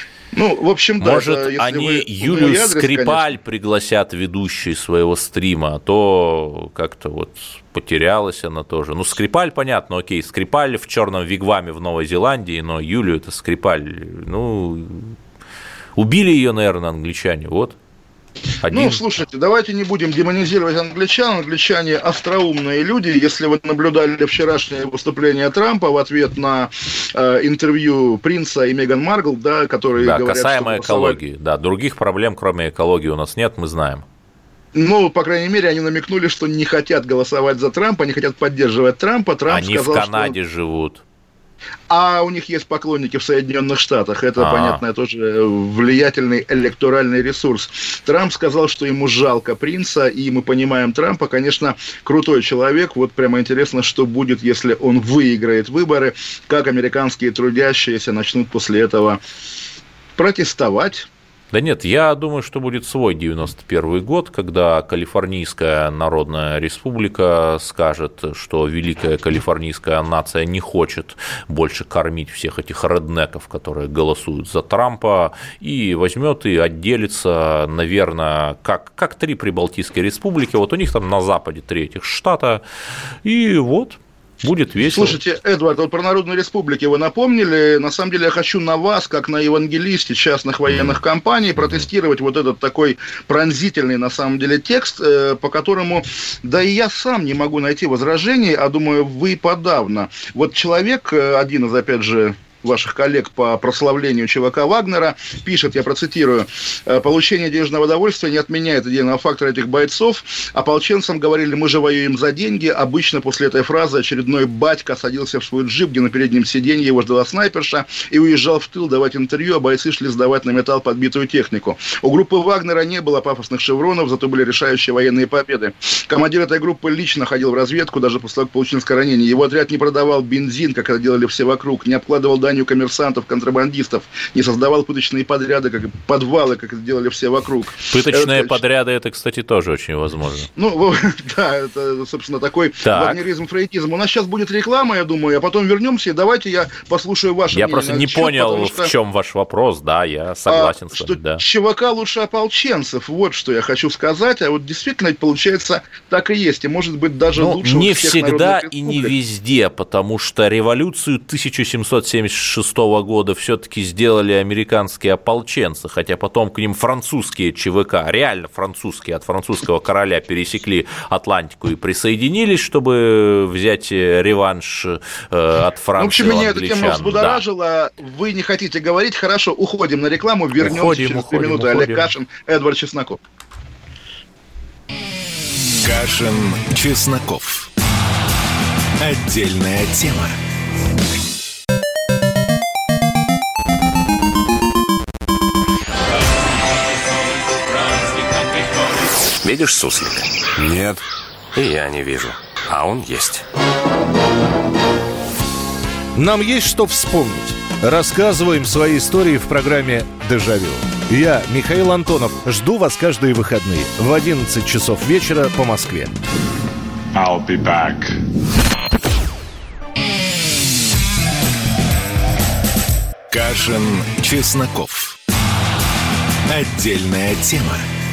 Ну, в общем, да. Может, это, они вы, Юлию адрес, Скрипаль конечно. пригласят ведущей своего стрима, а то как-то вот потерялась она тоже. Ну, Скрипаль, понятно, окей, Скрипаль в черном вигваме в Новой Зеландии, но Юлию это Скрипаль, ну, убили ее, наверное, англичане, вот. Один. Ну, слушайте, давайте не будем демонизировать англичан. Англичане остроумные люди. Если вы наблюдали вчерашнее выступление Трампа в ответ на э, интервью принца и Меган Маркл, да, которые да, говорят, касаемо что экологии. Да, других проблем, кроме экологии, у нас нет, мы знаем. Ну, по крайней мере, они намекнули, что не хотят голосовать за Трампа, не хотят поддерживать Трампа. Трамп они сказал, в Канаде что... живут. А у них есть поклонники в Соединенных Штатах. Это, А-а-а. понятно, тоже влиятельный электоральный ресурс. Трамп сказал, что ему жалко принца, и мы понимаем Трампа. Конечно, крутой человек. Вот прямо интересно, что будет, если он выиграет выборы, как американские трудящиеся начнут после этого протестовать. Да нет, я думаю, что будет свой девяносто первый год, когда Калифорнийская Народная Республика скажет, что великая калифорнийская нация не хочет больше кормить всех этих реднеков, которые голосуют за Трампа, и возьмет и отделится, наверное, как, как три прибалтийские республики, вот у них там на западе три этих штата, и вот... Будет весело. Слушайте, Эдвард, вот про Народную Республику вы напомнили. На самом деле я хочу на вас, как на евангелисте частных военных mm-hmm. компаний, протестировать mm-hmm. вот этот такой пронзительный, на самом деле, текст, по которому, да и я сам не могу найти возражений, а думаю, вы подавно. Вот человек, один из, опять же, ваших коллег по прославлению ЧВК Вагнера, пишет, я процитирую: «Получение денежного удовольствия не отменяет идейного фактора этих бойцов. Ополченцам говорили, мы же воюем за деньги. Обычно после этой фразы очередной батька садился в свой джип, где на переднем сиденье его ждала снайперша, и уезжал в тыл давать интервью, а бойцы шли сдавать на металл подбитую технику. У группы Вагнера не было пафосных шевронов, зато были решающие военные победы. Командир этой группы лично ходил в разведку, даже после того, как получил ранение. Его отряд не продавал бензин, как это делали все вокруг, не обкладывал данью коммерсантов, контрабандистов, не создавал пыточные подряды, как подвалы, как это делали все вокруг». Пыточные это, подряды, это, кстати, тоже очень возможно. Ну, да, это, собственно, такой вагнеризм, фрейдизм. У нас сейчас будет реклама, я думаю, а потом вернемся, и давайте я послушаю ваше я мнение. Я просто не счет, понял, что, в чем ваш вопрос, да, я согласен а, с вами. Что да. ЧВК лучше ополченцев, вот что я хочу сказать, а вот действительно, получается, так и есть, и может быть даже ну, лучше не всех всегда и не везде, потому что революцию тысяча семьсот семьдесят шестого года все-таки сделали американские ополченцы, хотя потом к ним французские ЧВК, реально французские, от французского короля пересекли Атлантику и присоединились, чтобы взять реванш от Франции. В общем, меня эта тема взбудоражила. Да. Вы не хотите говорить, хорошо, уходим на рекламу, вернемся уходим, через две минуты. Уходим. Олег Кашин, Эдвард Чесноков. Кашин, Чесноков. Отдельная тема. Видишь суслика? Нет. И я не вижу. А он есть. Нам есть что вспомнить. Рассказываем свои истории в программе «Дежавю». Я, Михаил Антонов, жду вас каждые выходные в одиннадцать часов вечера по Москве. I'll be back. Кашин, Чесноков. Отдельная тема.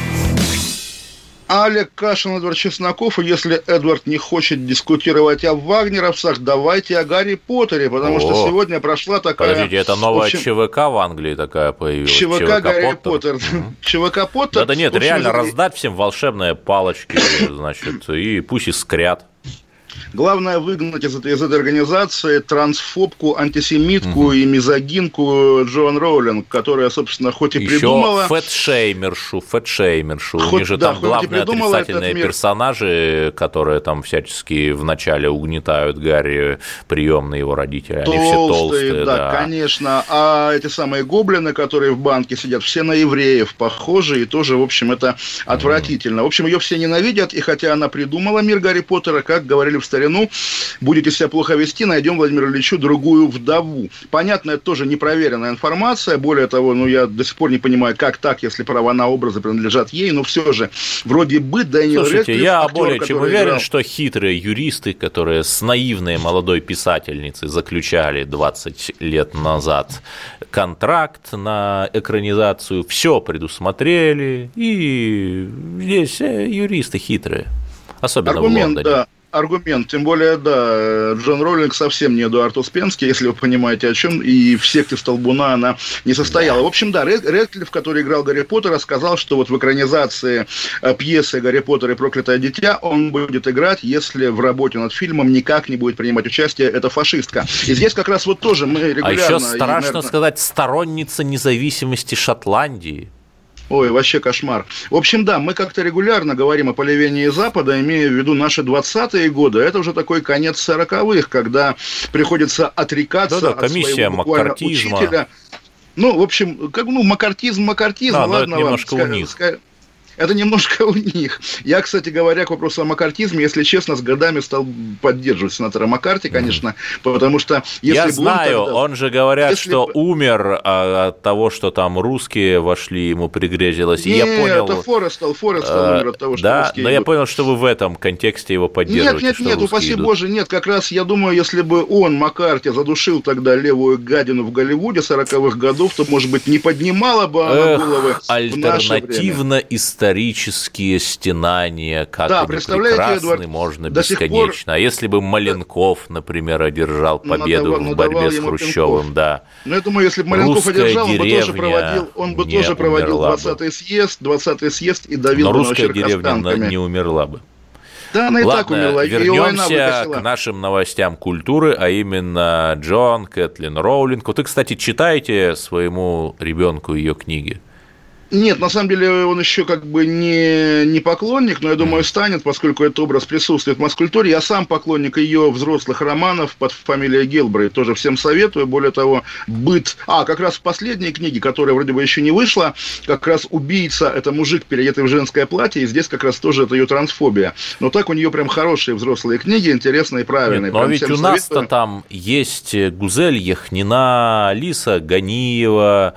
Олег Кашин, Эдвард Чесноков. И если Эдвард не хочет дискутировать о вагнеровцах, давайте о Гарри Поттере, потому о, что сегодня прошла такая... Подождите, это новая общем, ЧВК в Англии такая появилась? ЧВК, ЧВК Гарри Поттер. Поттер. ЧВК Поттер. Да-да нет, реально раздать всем волшебные палочки, значит, и пусть искрят. Главное выгнать из этой, из этой организации трансфобку, антисемитку mm-hmm. и мизогинку Джоан Роулинг, которая, собственно, хоть и еще придумала... Еще фэтшеймершу, фэтшеймершу. Хоть, У них же да, там главные отрицательные персонажи, которые там всячески вначале угнетают Гарри, приемные его родители. Толстые, Они все толстые, да, да. конечно. А эти самые гоблины, которые в банке сидят, все на евреев похожи, и тоже, в общем, это отвратительно. Mm-hmm. В общем, ее все ненавидят, и хотя она придумала мир Гарри Поттера, как говорили в старину, будете себя плохо вести, найдем Владимиру Ильичу другую вдову. Понятно, это тоже непроверенная информация. Более того, ну, я до сих пор не понимаю, как так, если права на образы принадлежат ей, но все же, вроде бы, Дэниел Слушайте, Рэдклифф, я актер, более чем уверен, играл... что хитрые юристы, которые с наивной молодой писательницей заключали двадцать лет назад контракт на экранизацию, все предусмотрели, и здесь юристы хитрые, особенно Аргумент, в Лондоне. Да. Аргумент, тем более, да, Джон Роулинг совсем не Эдуард Успенский, если вы понимаете, о чем, и в секте Столбуна она не состояла. В общем, да, Рэдклифф, который играл Гарри Поттера, сказал, что вот в экранизации пьесы «Гарри Поттер и проклятое дитя» он будет играть, если в работе над фильмом никак не будет принимать участие эта фашистка. И здесь как раз вот тоже мы регулярно... А еще страшно и, наверное... сказать, сторонница независимости Шотландии. Ой, вообще кошмар. В общем, да, мы как-то регулярно говорим о поливении Запада, имея в виду наши двадцатые годы. Это уже такой конец сороковых, когда приходится отрекаться Да-да, от своего буквально учителя. Ну, в общем, как, ну, маккартизм, маккартизм, да, ладно это немножко вам. у них. Ска- Это немножко у них. Я, кстати говоря, к вопросу о маккартизме, если честно, с годами стал поддерживать сенатора Маккарти, конечно, mm-hmm. потому что... Если Я бы знаю, он, тогда... он же говорят, если что бы... умер а, от того, что там русские вошли, ему пригрезилось. Нет, и я понял, это Форестал, Форестал а, умер от того, что да, русские но идут. я понял, что вы в этом контексте его поддерживаете. Нет, нет, нет, упаси идут. Боже, нет, как раз я думаю, если бы он, Маккарти, задушил тогда левую гадину в Голливуде сороковых годов, то, может быть, не поднимала бы она Эх, головы в наше время. Альтернативно-исторические стенания, как да, они прекрасны, Эдуард, можно до бесконечно. сих пор... А если бы Маленков, например, одержал победу надавал, в борьбе с Хрущевым, пинков. да. Но я думаю, если бы Маленков русская одержал, он бы тоже проводил, он бы тоже проводил двадцатый съезд, двадцатый съезд и давил Но бы на русская очерк деревня останками. Не умерла бы. Да, она и Ладно, так умерла. вернемся к нашим новостям культуры, а именно Джоан Кэтлин Роулинг. Вот вы, кстати, читаете своему ребенку ее книги? Нет, на самом деле он еще как бы не, не поклонник, но я думаю, станет, поскольку этот образ присутствует в масс-культуре. Я сам поклонник ее взрослых романов под фамилией Гилбрейт, тоже всем советую. Более того, «Быт». А, как раз в последней книге, которая вроде бы еще не вышла, как раз убийца – это мужик, переодетый в женское платье, и здесь как раз тоже это ее трансфобия. Но так у нее прям хорошие взрослые книги, интересные и правильные. Нет, но прям ведь у нас-то советую. Там есть Гузель Яхнина, Алиса Ганиева,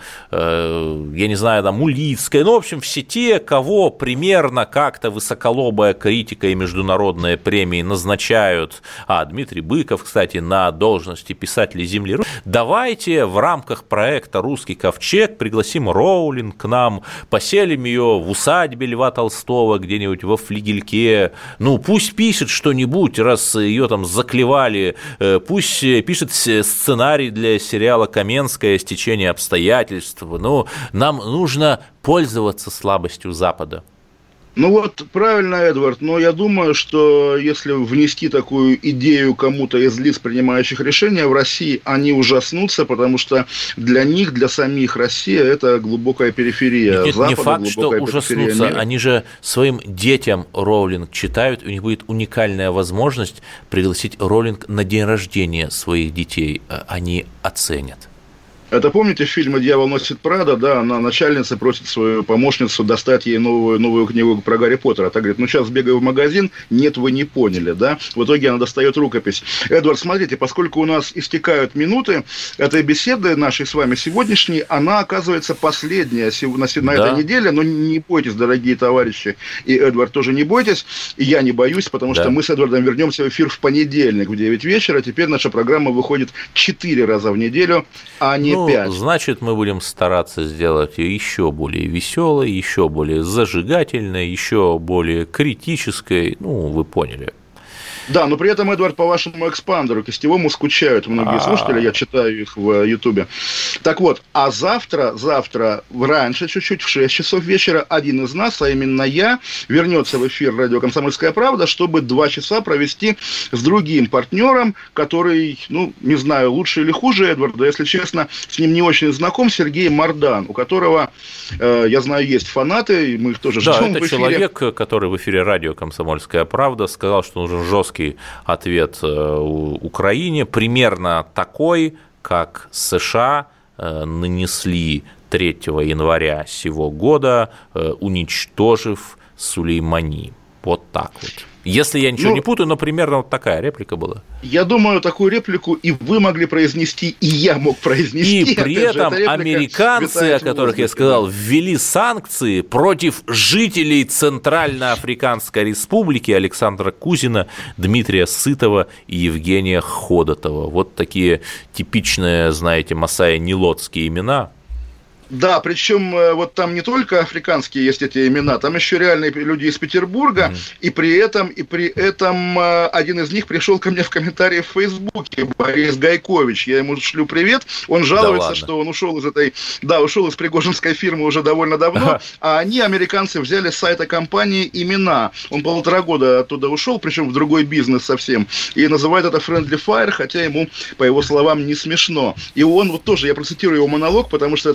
э, я не знаю, там Улицкая, ну, в общем, все те, кого примерно как-то высоколобая критика и международные премии назначают, а Дмитрий Быков, кстати, на должности писателя «Земли». Давайте в рамках проекта «Русский ковчег» пригласим Роулинг к нам, поселим ее в усадьбе Льва Толстого где-нибудь во флигельке, ну, пусть пишет что-нибудь, раз ее там заклевали, пусть пишет сценарий для сериала «Каменское. Стечение обстоятельств», ну, нам нужно пользоваться слабостью Запада. Ну вот, правильно, Эдвард, но я думаю, что если внести такую идею кому-то из лиц, принимающих решения в России, они ужаснутся, потому что для них, для самих Россия – это глубокая периферия Нет, Запада, не факт, что ужаснутся, мира. Они же своим детям Роулинг читают, у них будет уникальная возможность пригласить Роулинг на день рождения своих детей, они оценят. Это помните в фильме «Дьявол носит Прада», да, она начальница просит свою помощницу достать ей новую, новую книгу про Гарри Поттера. Та говорит, ну сейчас бегаю в магазин, нет, вы не поняли, да. В итоге она достает рукопись. Эдвард, смотрите, поскольку у нас истекают минуты этой беседы нашей с вами сегодняшней, она оказывается последняя на, на да. этой неделе, но не бойтесь, дорогие товарищи, и Эдвард тоже не бойтесь, и я не боюсь, потому да. что мы с Эдвардом вернемся в эфир в понедельник в девять вечера. Теперь наша программа выходит четыре раза в неделю, а не Ну, пять. Значит, мы будем стараться сделать ее еще более веселой, еще более зажигательной, еще более критической. Ну, вы поняли. Да, но при этом, Эдвард, по вашему экспандеру кистевому скучают многие А-а-а. слушатели, я читаю их в Ютубе. Так вот, а завтра, завтра, раньше чуть-чуть, в шесть часов вечера, один из нас, а именно я, вернется в эфир радио «Комсомольская правда», чтобы два часа провести с другим партнером, который, ну, не знаю, лучше или хуже Эдварда, если честно, с ним не очень знаком, Сергей Мардан, у которого, э, я знаю, есть фанаты, и мы их тоже ждем. Да, в это эфире. Человек, который в эфире радио «Комсомольская правда» сказал, что нужен жесткий ответ Украине, примерно такой, как США нанесли третьего января сего года, уничтожив Сулеймани. Вот так вот. Если я ничего ну, не путаю, но примерно вот такая реплика была. Я думаю, такую реплику и вы могли произнести, и я мог произнести. И при этом же, американцы, о которых воздухе, я сказал, да. ввели санкции против жителей Центральноафриканской Республики Александра Кузина, Дмитрия Сытова и Евгения Ходотова. Вот такие типичные, знаете, масаи-нилотские имена. Да, причем вот там не только африканские есть эти имена, там еще реальные люди из Петербурга, mm-hmm. и при этом, и при этом один из них пришел ко мне в комментарии в Фейсбуке, Борис Гайкович, я ему шлю привет, он жалуется, да что он ушел из этой, да, ушел из пригожинской фирмы уже довольно давно, а они, американцы, взяли с сайта компании имена, он полтора года оттуда ушел, причем в другой бизнес совсем, и называет это Friendly Fire, хотя ему, по его словам, не смешно, и он вот тоже, я процитирую его монолог, потому что это явный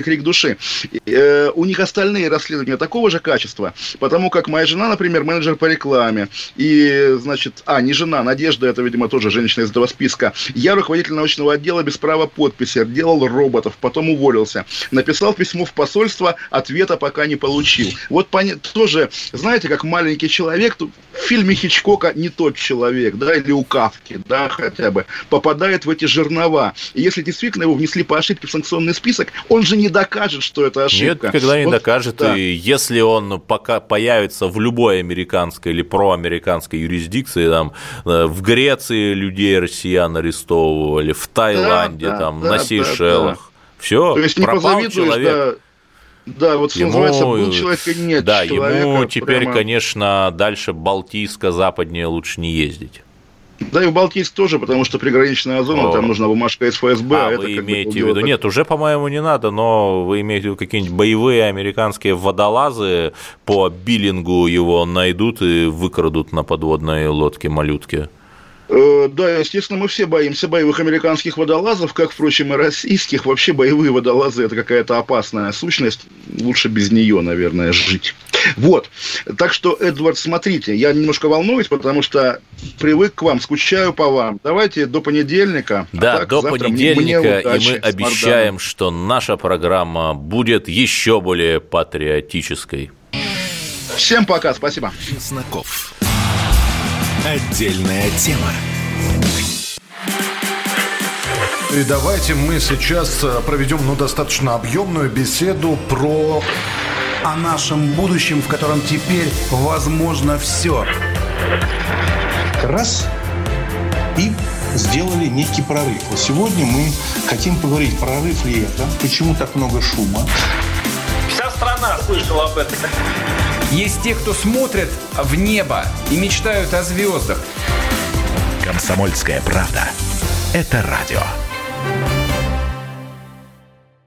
крик души. Э, у них остальные расследования такого же качества, потому как моя жена, например, менеджер по рекламе, и, значит, а, не жена, Надежда, это, видимо, тоже женщина из этого списка. Я руководитель научного отдела без права подписи, делал роботов, потом уволился. Написал письмо в посольство, ответа пока не получил. Вот тоже, знаете, как маленький человек, в фильме Хичкока не тот человек, да, или у Кафки, да, хотя бы, попадает в эти жернова. И если действительно его внесли по ошибке в санкционный список, он же не докажет, что это ошибка. Нет, никогда не вот, докажет. да. И если он пока появится в любой американской или проамериканской юрисдикции, там, в Греции людей россиян арестовывали, в Таиланде, да, там, да, на да, Сейшелах, да. все, то есть не пропал человек. Да. Да, вот что ему, называется, был человек и нет да, человека. Ему теперь, прямо... конечно, дальше Балтийско-западнее лучше не ездить. Да и в Балтийск тоже, потому что приграничная зона, О. там нужна бумажка из эф эс бэ. А, а вы это имеете в виду? Так... Нет, уже, по-моему, не надо, но вы имеете в виду какие-нибудь боевые американские водолазы по биллингу его найдут и выкрадут на подводной лодке-малютке? Да, естественно, мы все боимся боевых американских водолазов, как, впрочем, и российских. Вообще боевые водолазы – это какая-то опасная сущность. Лучше без нее, наверное, жить. Вот. Так что, Эдвард, смотрите, я немножко волнуюсь, потому что привык к вам, скучаю по вам. Давайте до понедельника. Да, а так, до понедельника, мне и мы обещаем, что наша программа будет еще более патриотической. Всем пока, спасибо. Чесноков. Отдельная тема. И давайте мы сейчас проведем, ну, достаточно объемную беседу про... о нашем будущем, в котором теперь возможно все. Раз и сделали некий прорыв. Вот сегодня мы хотим поговорить, прорыв ли это, почему так много шума. Вся страна слышала об этом. Есть те, кто смотрят в небо и мечтают о звездах. «Комсомольская правда» — это радио.